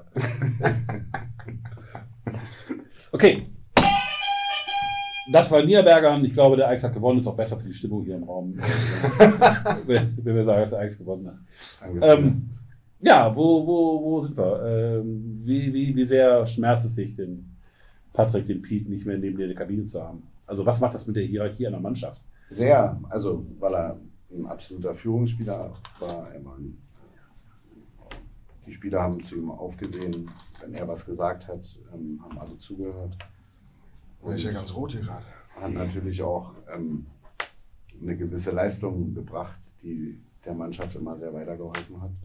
Speaker 1: Okay. Das war Niederbergern. Ich glaube, der Alex hat gewonnen. Ist auch besser für die Stimmung hier im Raum. wenn wir sagen, dass der Alex gewonnen hat.
Speaker 2: Danke.
Speaker 1: Ja, wo sind wir? Wie sehr schmerzt es sich, den Patrick, den Pete nicht mehr neben dir in der Kabine zu haben? Also was macht das mit der Hierarchie einer Mannschaft?
Speaker 2: Sehr, also weil er ein absoluter Führungsspieler war. Die Spieler haben zu ihm aufgesehen, wenn er was gesagt hat, haben alle zugehört.
Speaker 3: Da ist ja ganz rot hier gerade.
Speaker 2: Hat natürlich auch eine gewisse Leistung gebracht, die der Mannschaft immer sehr weitergeholfen hat.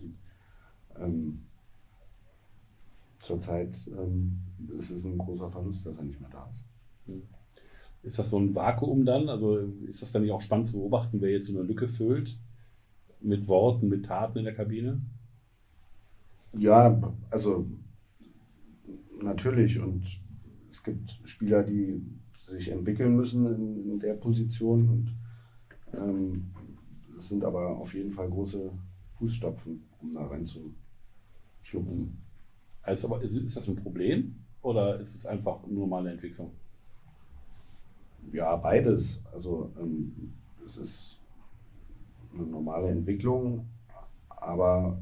Speaker 2: Zurzeit ist es ein großer Verlust, dass er nicht mehr da ist.
Speaker 1: Ist das so ein Vakuum dann? Also ist das dann nicht auch spannend zu beobachten, wer jetzt so eine Lücke füllt? Mit Worten, mit Taten in der Kabine?
Speaker 2: Ja, also natürlich. Und es gibt Spieler, die sich entwickeln müssen in der Position. Und es sind aber auf jeden Fall große Fußstapfen, um da reinzuschlupfen.
Speaker 1: Also, aber ist das ein Problem oder ist es einfach normale Entwicklung?
Speaker 2: Ja, beides. Also es ist eine normale Entwicklung, aber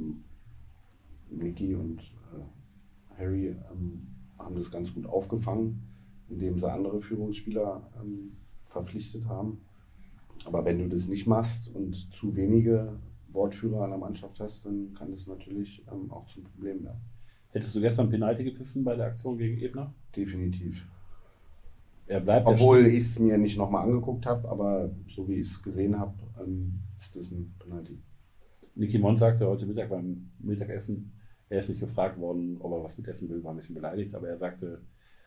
Speaker 2: Nicky und Harry haben das ganz gut aufgefangen, indem sie andere Führungsspieler verpflichtet haben. Aber wenn du das nicht machst und zu wenige Wortführer an der Mannschaft hast, dann kann das natürlich auch zum Problem werden.
Speaker 1: Hättest du gestern Penalty gepfiffen bei der Aktion gegen Ebner?
Speaker 2: Definitiv.
Speaker 1: Er bleibt
Speaker 2: Obwohl ich es mir nicht nochmal angeguckt habe, aber so wie ich es gesehen habe, ist das ein Penalty.
Speaker 1: Nicky Mond sagte heute Mittag beim Mittagessen, Er ist nicht gefragt worden, ob er was mitessen will, war ein bisschen beleidigt, aber er sagte,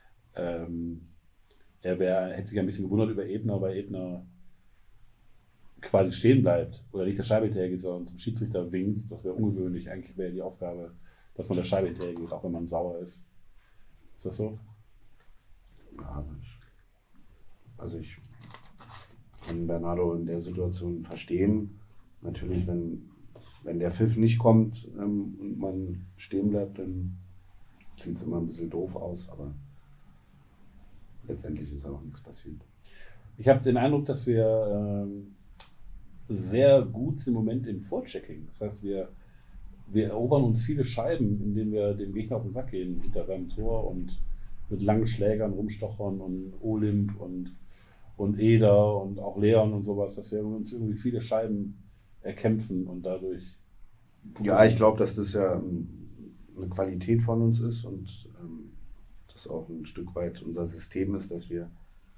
Speaker 1: hätte sich ein bisschen gewundert über Ebner, weil Ebner quasi stehen bleibt oder nicht der Scheibe hinterhergeht, sondern zum Schiedsrichter winkt. Das wäre ungewöhnlich. Eigentlich wäre die Aufgabe, dass man der Scheibe hinterhergeht, auch wenn man sauer ist. Ist das so?
Speaker 2: Ja, also ich kann Bernardo in der Situation verstehen. Natürlich, wenn der Pfiff nicht kommt und man stehen bleibt, dann sieht es immer ein bisschen doof aus, aber letztendlich ist auch nichts passiert.
Speaker 1: Ich habe den Eindruck, dass wir sehr gut sind im Moment im Vorchecking. Das heißt, wir erobern uns viele Scheiben, indem wir dem Gegner auf den Sack gehen hinter seinem Tor und mit langen Schlägern rumstochern und Olymp und Eder und auch Leon und sowas, dass wir uns irgendwie viele Scheiben erkämpfen und dadurch...
Speaker 2: Ja, ich glaube, dass das ja eine Qualität von uns ist und das auch ein Stück weit unser System ist, dass wir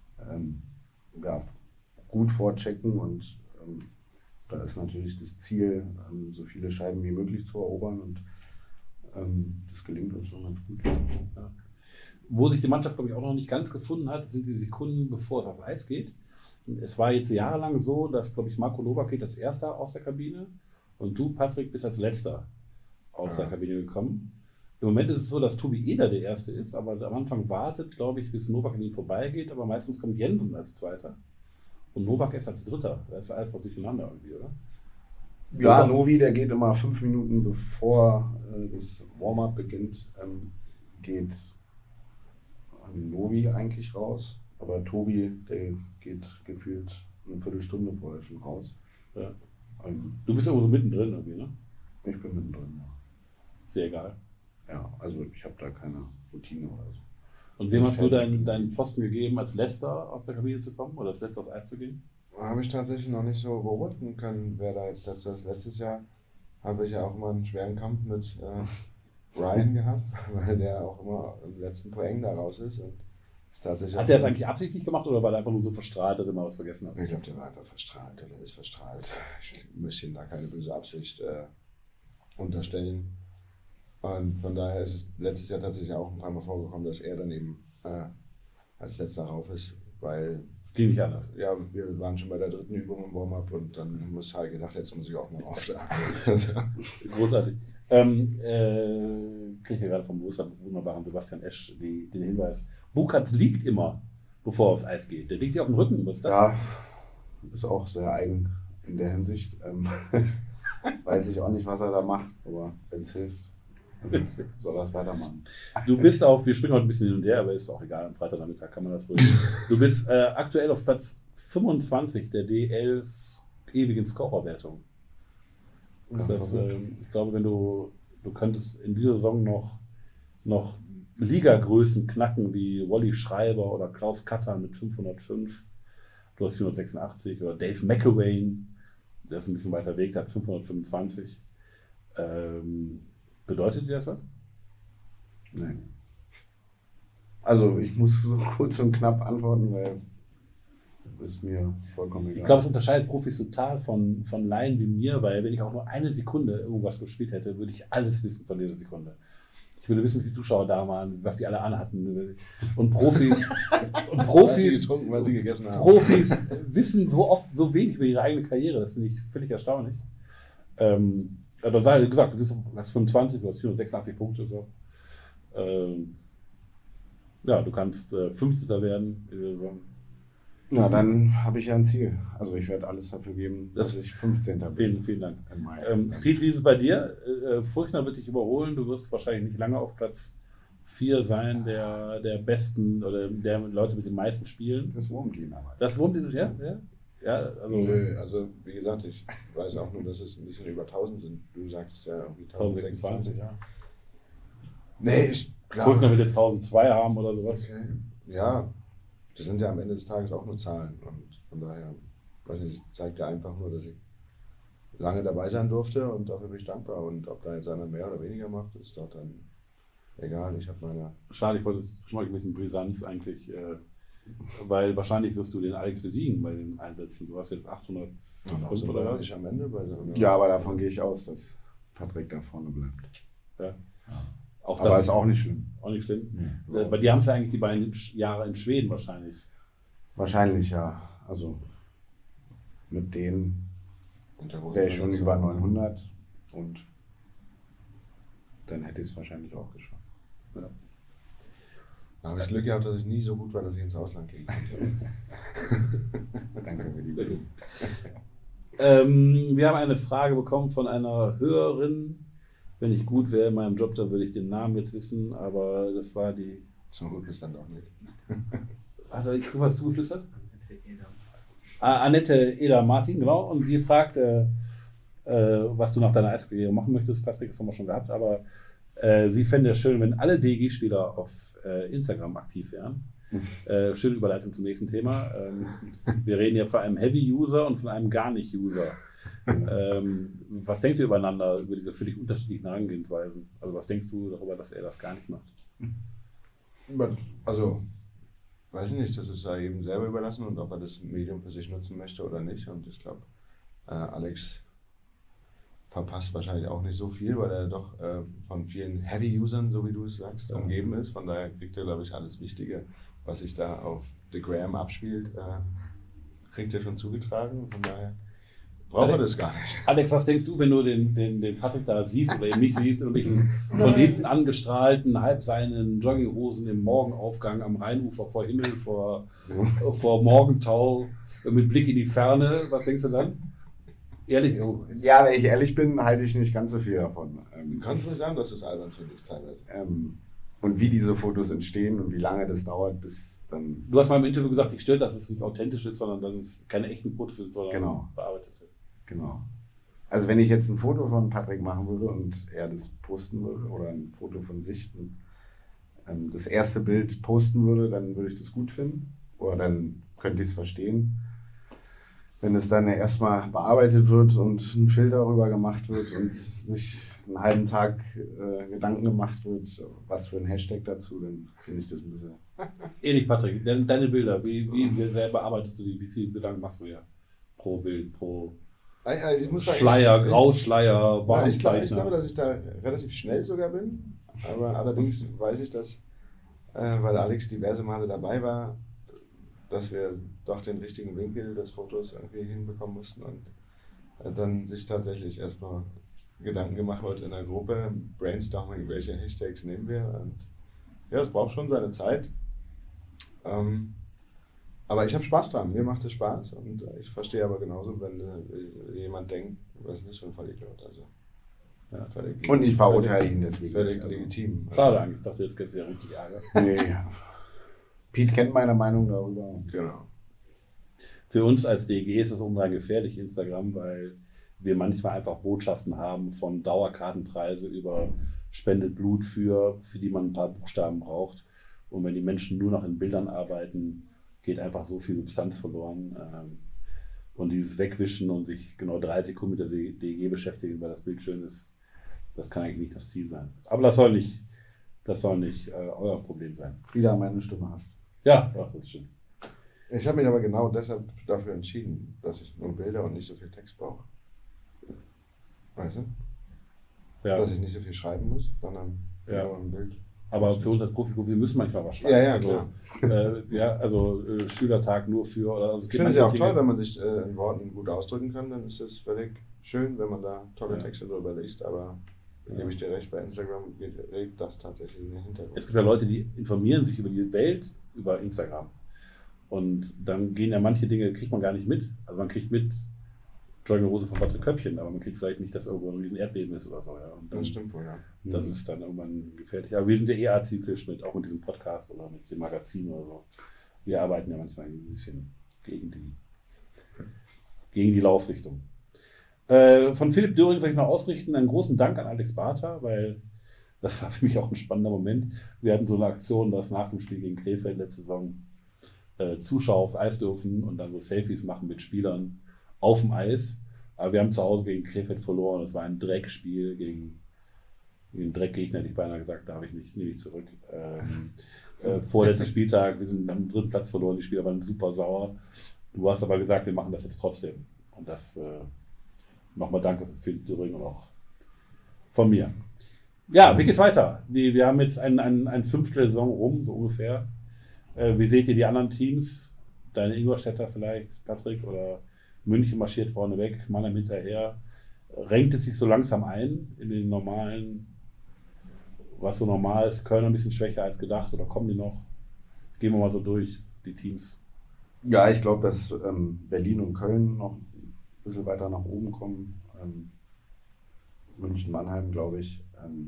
Speaker 2: gut vorchecken und da ist natürlich das Ziel, so viele Scheiben wie möglich zu erobern und das gelingt uns schon ganz gut.
Speaker 1: Ja. Wo sich die Mannschaft, glaube ich, auch noch nicht ganz gefunden hat, sind die Sekunden, bevor es auf Eis geht. Es war jetzt jahrelang so, dass, glaube ich, Marco Novak geht als Erster aus der Kabine und du, Patrick, bist als Letzter aus der Kabine gekommen. Im Moment ist es so, dass Tobi Eder der Erste ist, aber am Anfang wartet, glaube ich, bis Novak an ihm vorbeigeht, aber meistens kommt Jensen als Zweiter und Novak erst als Dritter. Das ist alles noch durcheinander irgendwie, oder?
Speaker 2: Ja, Novi, der geht immer 5 Minuten bevor das Warm-up beginnt, geht Novi eigentlich raus, aber Tobi, der geht gefühlt eine Viertelstunde vorher schon raus.
Speaker 1: Ja. Du bist irgendwo so mittendrin irgendwie, ne?
Speaker 2: Ich bin mittendrin, ja.
Speaker 1: Sehr egal.
Speaker 2: Ja, also ich habe da keine Routine oder so.
Speaker 1: Und wem hast du deinen Posten gegeben, als Letzter aus der Kabine zu kommen oder als Letzter aufs Eis zu gehen?
Speaker 3: Habe ich tatsächlich noch nicht so beobachten können, wer da jetzt letztes Jahr habe ich ja auch immer einen schweren Kampf mit Ryan gehabt, weil der auch immer im letzten Poeng da raus ist. Und ist tatsächlich
Speaker 1: hat der das eigentlich absichtlich gemacht oder war der einfach nur so verstrahlt, dass er mal was vergessen hat?
Speaker 3: Ich glaube, der war einfach verstrahlt oder ist verstrahlt. Ich möchte ihm da keine böse Absicht unterstellen. Und von daher ist es letztes Jahr tatsächlich auch ein paar Mal vorgekommen, dass er dann eben als letzter rauf ist, weil
Speaker 1: es ging nicht anders.
Speaker 3: Ja, wir waren schon bei der 3. Übung im Warm-up und dann muss halt gedacht, jetzt muss ich auch mal rauf da.
Speaker 1: Großartig. Kriege ich ja gerade vom wunderbaren Sebastian Esch den Hinweis. Bukatz liegt immer, bevor er aufs Eis geht. Der liegt hier auf dem Rücken. Was ist das?
Speaker 2: Ja, ist auch sehr eigen in der Hinsicht. Weiß ich auch nicht, was er da macht, aber wenn es hilft, soll er es weitermachen.
Speaker 1: Du bist wir springen heute ein bisschen hin und her, aber ist auch egal, am Freitagnachmittag kann man das ruhig. Du bist aktuell auf Platz 25 der DLs ewigen Scorerwertung. Ich glaube, du könntest in dieser Saison noch Ligagrößen knacken wie Wally Schreiber oder Klaus Katter mit 505. Du hast 486 oder Dave McElwain, der ist ein bisschen weiter weg, der hat 525. Bedeutet dir das was?
Speaker 2: Nein. Also ich muss so kurz und knapp antworten, weil das ist mir vollkommen egal.
Speaker 1: Ich glaube, es unterscheidet Profis total von Laien wie mir, weil wenn ich auch nur eine Sekunde irgendwas gespielt hätte, würde ich alles wissen von dieser Sekunde. Ich würde wissen, wie die Zuschauer da waren, was die alle anhatten. Und Profis
Speaker 3: was sie gegessen haben.
Speaker 1: Profis wissen so oft so wenig über ihre eigene Karriere. Das finde ich völlig erstaunlich. Dann sei gesagt, du hast 25, du hast 486 Punkte. So. Ja, du kannst 15. werden in der Saison.
Speaker 2: Ja, dann habe ich ja ein Ziel. Also ich werde alles dafür geben, dass ich 15. bin.
Speaker 1: Vielen Dank. Piet, wie ist es bei dir? Furchtner wird dich überholen. Du wirst wahrscheinlich nicht lange auf Platz 4 sein, der besten oder der Leute mit den meisten Spielen.
Speaker 2: Das wurmt ihn aber.
Speaker 1: Das wurmt ihn, ja?
Speaker 3: Also wie gesagt, ich weiß auch nur, dass es ein bisschen über 1000 sind. Du sagtest ja irgendwie
Speaker 1: 1026. Ja.
Speaker 3: Nee, ich glaube...
Speaker 1: Furchtner wird jetzt 1002 haben oder sowas.
Speaker 3: Okay. Ja, das sind ja am Ende des Tages auch nur Zahlen. Und von daher, weiß nicht, das zeigt ja einfach nur, dass ich lange dabei sein durfte und dafür bin ich dankbar. Und ob da jetzt einer mehr oder weniger macht, ist doch dann egal. Ich habe meine...
Speaker 1: Schade, ich wollte jetzt schon mal ein bisschen Brisanz eigentlich... weil wahrscheinlich wirst du den Alex besiegen bei den Einsätzen. Du hast jetzt 805 oder was?
Speaker 3: Am Ende
Speaker 2: ja, aber davon gehe ich aus, dass Patrick da vorne bleibt.
Speaker 1: Ja.
Speaker 2: Aber ist auch nicht schlimm.
Speaker 1: Auch nicht schlimm.
Speaker 2: Nee.
Speaker 1: Bei dir haben es ja eigentlich die beiden Jahre in Schweden wahrscheinlich.
Speaker 2: Wahrscheinlich, ja. Also mit denen wäre ich schon über 900 und dann hätte ich es wahrscheinlich auch geschafft.
Speaker 1: Ja.
Speaker 3: Da habe ich Glück gehabt, dass ich nie so gut war, dass ich ins Ausland gehen konnte.
Speaker 2: Danke für die Bildung.
Speaker 1: Wir haben eine Frage bekommen von einer Hörerin. Wenn ich gut wäre in meinem Job, dann würde ich den Namen jetzt wissen, aber das war die...
Speaker 3: So gut bist dann doch nicht.
Speaker 1: Also ich gucke, was du geflüstert? Annette Eder-Martin, genau. Und sie fragt, was du nach deiner Eiskarriere machen möchtest, Patrick, das haben wir schon gehabt, aber sie fände es schön, wenn alle DEG-Spieler auf Instagram aktiv wären. Schöne Überleitung zum nächsten Thema. Wir reden ja von einem Heavy-User und von einem Gar-nicht-User. Was denkt ihr übereinander, über diese völlig unterschiedlichen Herangehensweisen? Also was denkst du darüber, dass er das gar nicht macht?
Speaker 3: Also, weiß ich nicht, das ist ja eben selber überlassen und ob er das Medium für sich nutzen möchte oder nicht. Und ich glaube, Alex verpasst wahrscheinlich auch nicht so viel, weil er doch von vielen Heavy-Usern, so wie du es sagst, umgeben ist. Von daher kriegt er, glaube ich, alles Wichtige, was sich da auf The Gram abspielt, kriegt er schon zugetragen. Von daher braucht er das gar nicht.
Speaker 1: Alex, was denkst du, wenn du den Patrick da siehst oder eben nicht siehst, in irgendwelchen von hinten angestrahlten, halbseinen Jogginghosen im Morgenaufgang am Rheinufer vor Himmel, vor Morgentau, mit Blick in die Ferne, was denkst du dann? Ehrlich? Oh.
Speaker 2: Ja, wenn ich ehrlich bin, halte ich nicht ganz so viel davon.
Speaker 3: Kannst du nicht sagen, dass du es albern findest teilweise?
Speaker 2: Und wie diese Fotos entstehen und wie lange das dauert, bis dann...
Speaker 1: Du hast mal im Interview gesagt, dich stört, dass es nicht authentisch ist, sondern dass es keine echten Fotos sind, sondern bearbeitete.
Speaker 2: Genau. Also wenn ich jetzt ein Foto von Patrick machen würde und er das posten würde oder ein Foto von sich und das erste Bild posten würde, dann würde ich das gut finden oder dann könnte ich es verstehen. Wenn es dann erstmal bearbeitet wird und ein Filter darüber gemacht wird und sich einen halben Tag Gedanken gemacht wird, was für ein Hashtag dazu, dann finde ich das ein bisschen...
Speaker 1: Ähnlich, Patrick, deine Bilder, wie sehr bearbeitest du die? Wie viele Gedanken machst du ja pro Bild, pro
Speaker 3: Ich muss sagen,
Speaker 1: Schleier, Grauschleier, Warnzeichner?
Speaker 3: Ich glaube, dass ich da relativ schnell sogar bin, aber allerdings weiß ich, dass, weil Alex diverse Male dabei war, dass wir doch den richtigen Winkel des Fotos irgendwie hinbekommen mussten und dann sich tatsächlich erstmal Gedanken gemacht wird in der Gruppe, Brainstorming, welche Hashtags nehmen wir und ja, es braucht schon seine Zeit. Aber ich habe Spaß dran, mir macht es Spaß und ich verstehe aber genauso, wenn jemand denkt, was ist das für ein Vollidiot, also
Speaker 1: ja.
Speaker 2: Und ich verurteile ihn deswegen.
Speaker 3: Völlig legitim.
Speaker 1: Schade eigentlich, ich dachte, jetzt gibt es ja richtig Ärger.
Speaker 2: Nee. Pete kennt meine Meinung darüber.
Speaker 3: Genau.
Speaker 1: Für uns als DEG ist es unheimlich gefährlich, Instagram, weil wir manchmal einfach Botschaften haben von Dauerkartenpreise über spendet Blut für die man ein paar Buchstaben braucht. Und wenn die Menschen nur noch in Bildern arbeiten, geht einfach so viel Substanz verloren. Und dieses Wegwischen und sich genau 3 Sekunden mit der DEG beschäftigen, weil das Bild schön ist, das kann eigentlich nicht das Ziel sein. Aber das soll nicht euer Problem sein.
Speaker 2: Frieda, meine Stimme hast.
Speaker 1: Ja, das ist schön.
Speaker 3: Ich habe mich aber genau deshalb dafür entschieden, dass ich nur Bilder und nicht so viel Text brauche. Weißt du?
Speaker 1: Ja.
Speaker 3: Dass ich nicht so viel schreiben muss, sondern
Speaker 1: nur
Speaker 3: ein Bild.
Speaker 1: Aber für uns als Profi, wir müssen manchmal was schreiben.
Speaker 3: Ja,
Speaker 1: klar. Schülertag nur für... Also
Speaker 3: ich finde es ja auch toll, wenn man sich in Worten gut ausdrücken kann, dann ist es völlig schön, wenn man da tolle Texte drüber liest, aber gebe ich dir recht, bei Instagram regt das tatsächlich in den Hintergrund.
Speaker 1: Es gibt ja Leute, die informieren sich über die Welt über Instagram. Und dann gehen ja manche Dinge, kriegt man gar nicht mit. Also man kriegt mit Jogginghose von Patrick Köppchen, aber man kriegt vielleicht nicht, dass irgendwo ein riesen Erdbeben ist oder so. Ja. Und dann,
Speaker 3: das stimmt wohl, ja.
Speaker 1: Das ist dann irgendwann gefährlich. Aber wir sind ja eher azyklisch auch mit diesem Podcast oder mit dem Magazin oder so. Wir arbeiten ja manchmal ein bisschen gegen die Laufrichtung. Von Philipp Döring soll ich noch ausrichten, einen großen Dank an Alex Bartha, weil das war für mich auch ein spannender Moment. Wir hatten so eine Aktion, dass nach dem Spiel gegen Krefeld letzte Saison Zuschauer aufs Eis dürfen und dann so Selfies machen mit Spielern auf dem Eis. Aber wir haben zu Hause gegen Krefeld verloren. Es war ein Dreckspiel gegen einen Dreckgegner, hätte ich beinahe gesagt, darf ich nicht, nehme ich zurück. Vorletzter Spieltag, wir sind am 3. Platz verloren, die Spieler waren super sauer. Du hast aber gesagt, wir machen das jetzt trotzdem. Und das nochmal danke für Philipp Döring und auch von mir. Ja, wie geht's weiter? Wir haben jetzt ein Fünftel der Saison rum, so ungefähr. Wie seht ihr die anderen Teams? Deine Ingolstädter vielleicht, Patrick, oder München marschiert vorne weg, Mannheim hinterher. Renkt es sich so langsam ein in den normalen, was so normal ist? Köln ein bisschen schwächer als gedacht oder kommen die noch? Gehen wir mal so durch, die Teams.
Speaker 2: Ja, ich glaube, dass Berlin und Köln noch ein bisschen weiter nach oben kommen. München, Mannheim, glaube ich,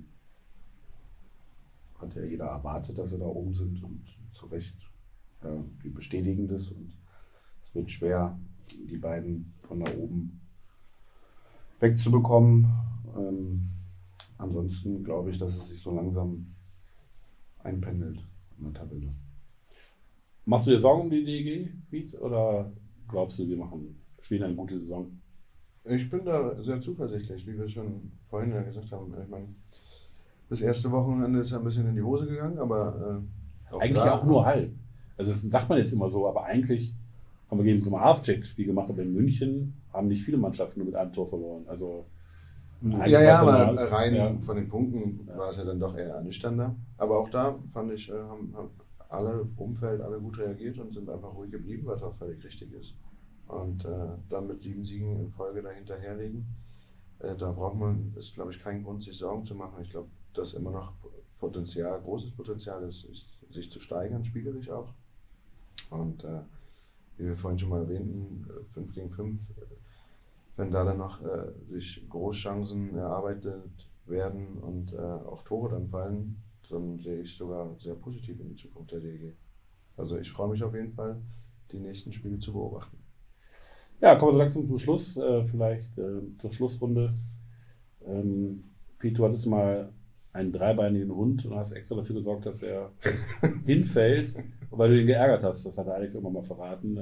Speaker 2: hat ja jeder erwartet, dass sie da oben sind und zu Recht, die bestätigen das und es wird schwer, die beiden von da oben wegzubekommen. Ansonsten glaube ich, dass es sich so langsam einpendelt in der Tabelle.
Speaker 1: Machst du dir Sorgen um die DEG, Piet, oder glaubst du, spielen eine gute Saison?
Speaker 3: Ich bin da sehr zuversichtlich, wie wir schon vorhin ja gesagt haben. Ich meine, das erste Wochenende ist ja ein bisschen in die Hose gegangen, aber
Speaker 1: eigentlich auch nur halb. Also das sagt man jetzt immer so, aber eigentlich haben wir gegen Bremerhaven Spiel gemacht, aber in München haben nicht viele Mannschaften nur mit einem Tor verloren. Also
Speaker 3: aber rein von den Punkten war es ja dann doch eher ernüchternder. Aber auch da fand ich, haben alle Umfeld, alle gut reagiert und sind einfach ruhig geblieben, was auch völlig richtig ist. Und dann mit 7 Siegen in Folge dahinter herlegen, da ist, glaube ich, kein Grund, sich Sorgen zu machen. Ich glaube, dass immer noch großes Potenzial ist, sich zu steigern, spielerisch auch. Und wie wir vorhin schon mal erwähnten, 5 gegen 5, wenn da dann noch sich Großchancen erarbeitet werden und auch Tore dann fallen, dann sehe ich sogar sehr positiv in die Zukunft der DEG. Also ich freue mich auf jeden Fall, die nächsten Spiele zu beobachten.
Speaker 1: Ja, kommen wir so langsam zum Schluss, vielleicht zur Schlussrunde. Piet, du hattest mal einen dreibeinigen Hund und hast extra dafür gesorgt, dass er hinfällt, weil du ihn geärgert hast. Das hat Alex immer mal verraten.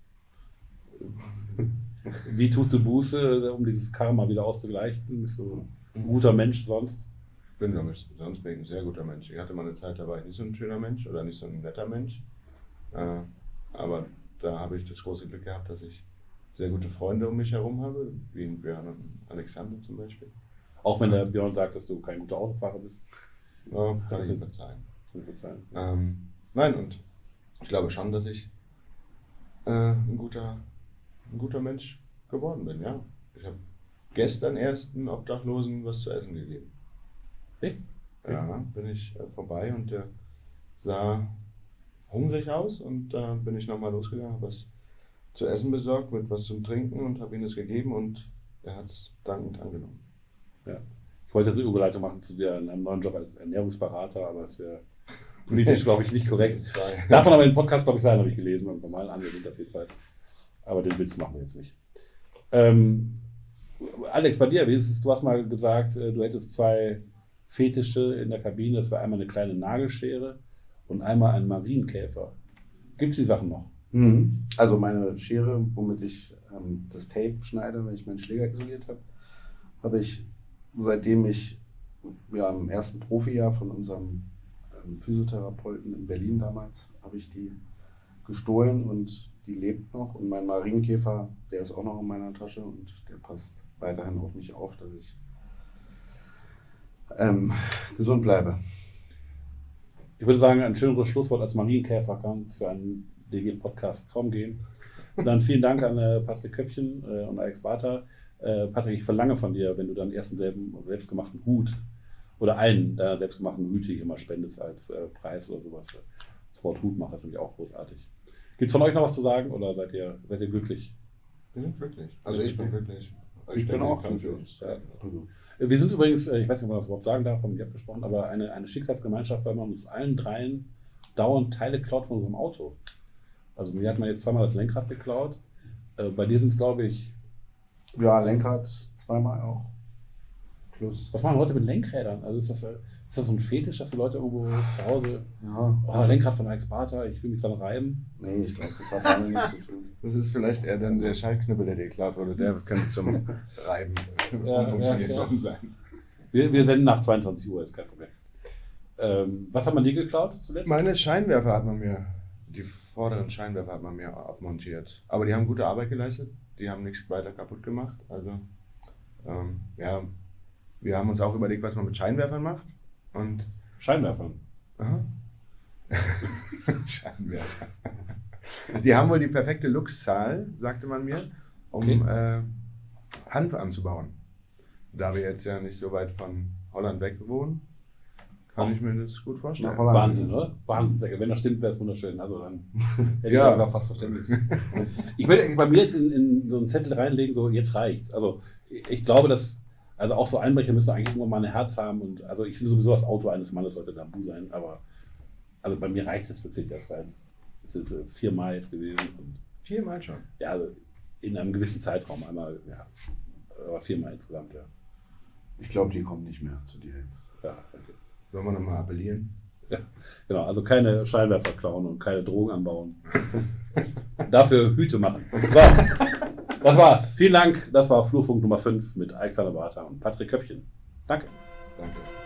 Speaker 1: Wie tust du Buße, um dieses Karma wieder auszugleichen? Bist du ein guter Mensch sonst?
Speaker 3: Sonst bin ich ein sehr guter Mensch. Ich hatte mal eine Zeit, da war ich nicht so ein schöner Mensch oder nicht so ein netter Mensch. Aber da habe ich das große Glück gehabt, dass ich sehr gute Freunde um mich herum habe, wie Björn und Alexander zum Beispiel.
Speaker 1: Auch wenn der Björn sagt, dass du kein guter Autofahrer bist?
Speaker 3: Ja, kann ich ihm verzeihen. Nein, und ich glaube schon, dass ich ein guter Mensch geworden bin, ja. Ich habe gestern erst einen Obdachlosen was zu essen gegeben.
Speaker 1: Echt?
Speaker 3: Ja, bin ich vorbei und der sah hungrig aus und da bin ich nochmal losgegangen, habe was zu essen besorgt mit was zum Trinken und habe ihm das gegeben und er hat es dankend angenommen.
Speaker 1: Ja. Ich wollte jetzt eine Überleitung machen zu einem neuen Job als Ernährungsberater, aber es wäre politisch, glaube ich, nicht korrekt. Darf man aber in den Podcast, glaube ich, sein, habe ich gelesen, und normal angewendet das jedenfalls. Aber den Witz machen wir jetzt nicht. Alex, bei dir, wie ist es? Du hast mal gesagt, du hättest 2 Fetische in der Kabine. Das war einmal eine kleine Nagelschere und einmal ein Marienkäfer. Gibt es die Sachen noch?
Speaker 2: Also meine Schere, womit ich das Tape schneide, wenn ich meinen Schläger isoliert habe, habe ich, seitdem ich im ersten Profijahr von unserem Physiotherapeuten in Berlin damals, habe ich die gestohlen und die lebt noch. Und mein Marienkäfer, der ist auch noch in meiner Tasche und der passt weiterhin auf mich auf, dass ich gesund bleibe.
Speaker 1: Ich würde sagen, ein schöneres Schlusswort als Marienkäfer kann es für einen DG-Podcast kaum gehen. Und dann vielen Dank an Patrick Köppchen und Alex Barter. Patrick, ich verlange von dir, wenn du deinen ersten selbstgemachten Hut oder einen deiner selbstgemachten Hüte hier mal spendest als Preis oder sowas. Das Wort Hutmacher ist nämlich auch großartig. Gibt es von euch noch was zu sagen oder seid ihr glücklich?
Speaker 3: Wir sind glücklich. Also ich bin glücklich.
Speaker 2: Ich bin auch glücklich.
Speaker 1: Ja. Wir sind übrigens, ich weiß nicht, ob man das überhaupt sagen darf, haben wir nicht abgesprochen, aber eine Schicksalsgemeinschaft, weil man uns allen dreien dauernd Teile klaut von unserem Auto. Also mir hat man jetzt 2-mal das Lenkrad geklaut. Bei dir sind es, glaube ich...
Speaker 2: Ja, Lenkrad 2-mal auch. Plus.
Speaker 1: Was machen Leute mit Lenkrädern? Also ist das so ein Fetisch, dass die Leute irgendwo zu Hause...
Speaker 2: Ja.
Speaker 1: Lenkrad von Alex Barter, ich will mich dran reiben.
Speaker 2: Nee, ich glaube, das hat damit nichts zu tun.
Speaker 3: Das ist vielleicht eher dann der Schaltknüppel, der dir geklaut wurde. Der könnte zum Reiben funktioniert worden sein.
Speaker 1: Wir senden nach 22 Uhr, ist kein Problem. Was hat man dir geklaut zuletzt?
Speaker 3: Meine Scheinwerfer hat man mir, die vorderen Scheinwerfer hat man mir abmontiert. Aber die haben gute Arbeit geleistet. Die haben nichts weiter kaputt gemacht. Also, Wir haben uns auch überlegt, was man mit Scheinwerfern macht. Und
Speaker 1: Scheinwerfern.
Speaker 3: aha. Scheinwerfer. Die haben wohl die perfekte Luxzahl, sagte man mir, um Hanf anzubauen. Da wir jetzt ja nicht so weit von Holland weg wohnen, kann ich mir das gut vorstellen.
Speaker 2: Nach Holland.
Speaker 1: Wahnsinn, oder? Wahnsinn. Wenn das stimmt, wäre es wunderschön. Also dann hätte
Speaker 3: Ja.
Speaker 1: ich sogar fast Verständnis. Ich würde bei mir jetzt in so einen Zettel reinlegen, so jetzt reicht's. Also ich glaube, dass also auch so Einbrecher müssen eigentlich irgendwann mal ein Herz haben. Und also ich finde sowieso, das Auto eines Mannes sollte tabu sein. Aber also bei mir reicht es wirklich. Das war jetzt, es sind 4 Mal jetzt gewesen. Und
Speaker 3: 4 Mal schon.
Speaker 1: ja, also in einem gewissen Zeitraum einmal, ja. Aber 4 Mal insgesamt, ja.
Speaker 2: Ich glaube, die kommen nicht mehr zu dir jetzt.
Speaker 1: Ja, danke.
Speaker 3: Sollen wir nochmal appellieren?
Speaker 1: Ja, genau, also keine Scheinwerfer klauen und keine Drogen anbauen. Dafür Hüte machen. So, das war's. Vielen Dank. Das war Flurfunk Nummer 5 mit Alexander Bartha und Patrick Köppchen. Danke.
Speaker 3: Danke.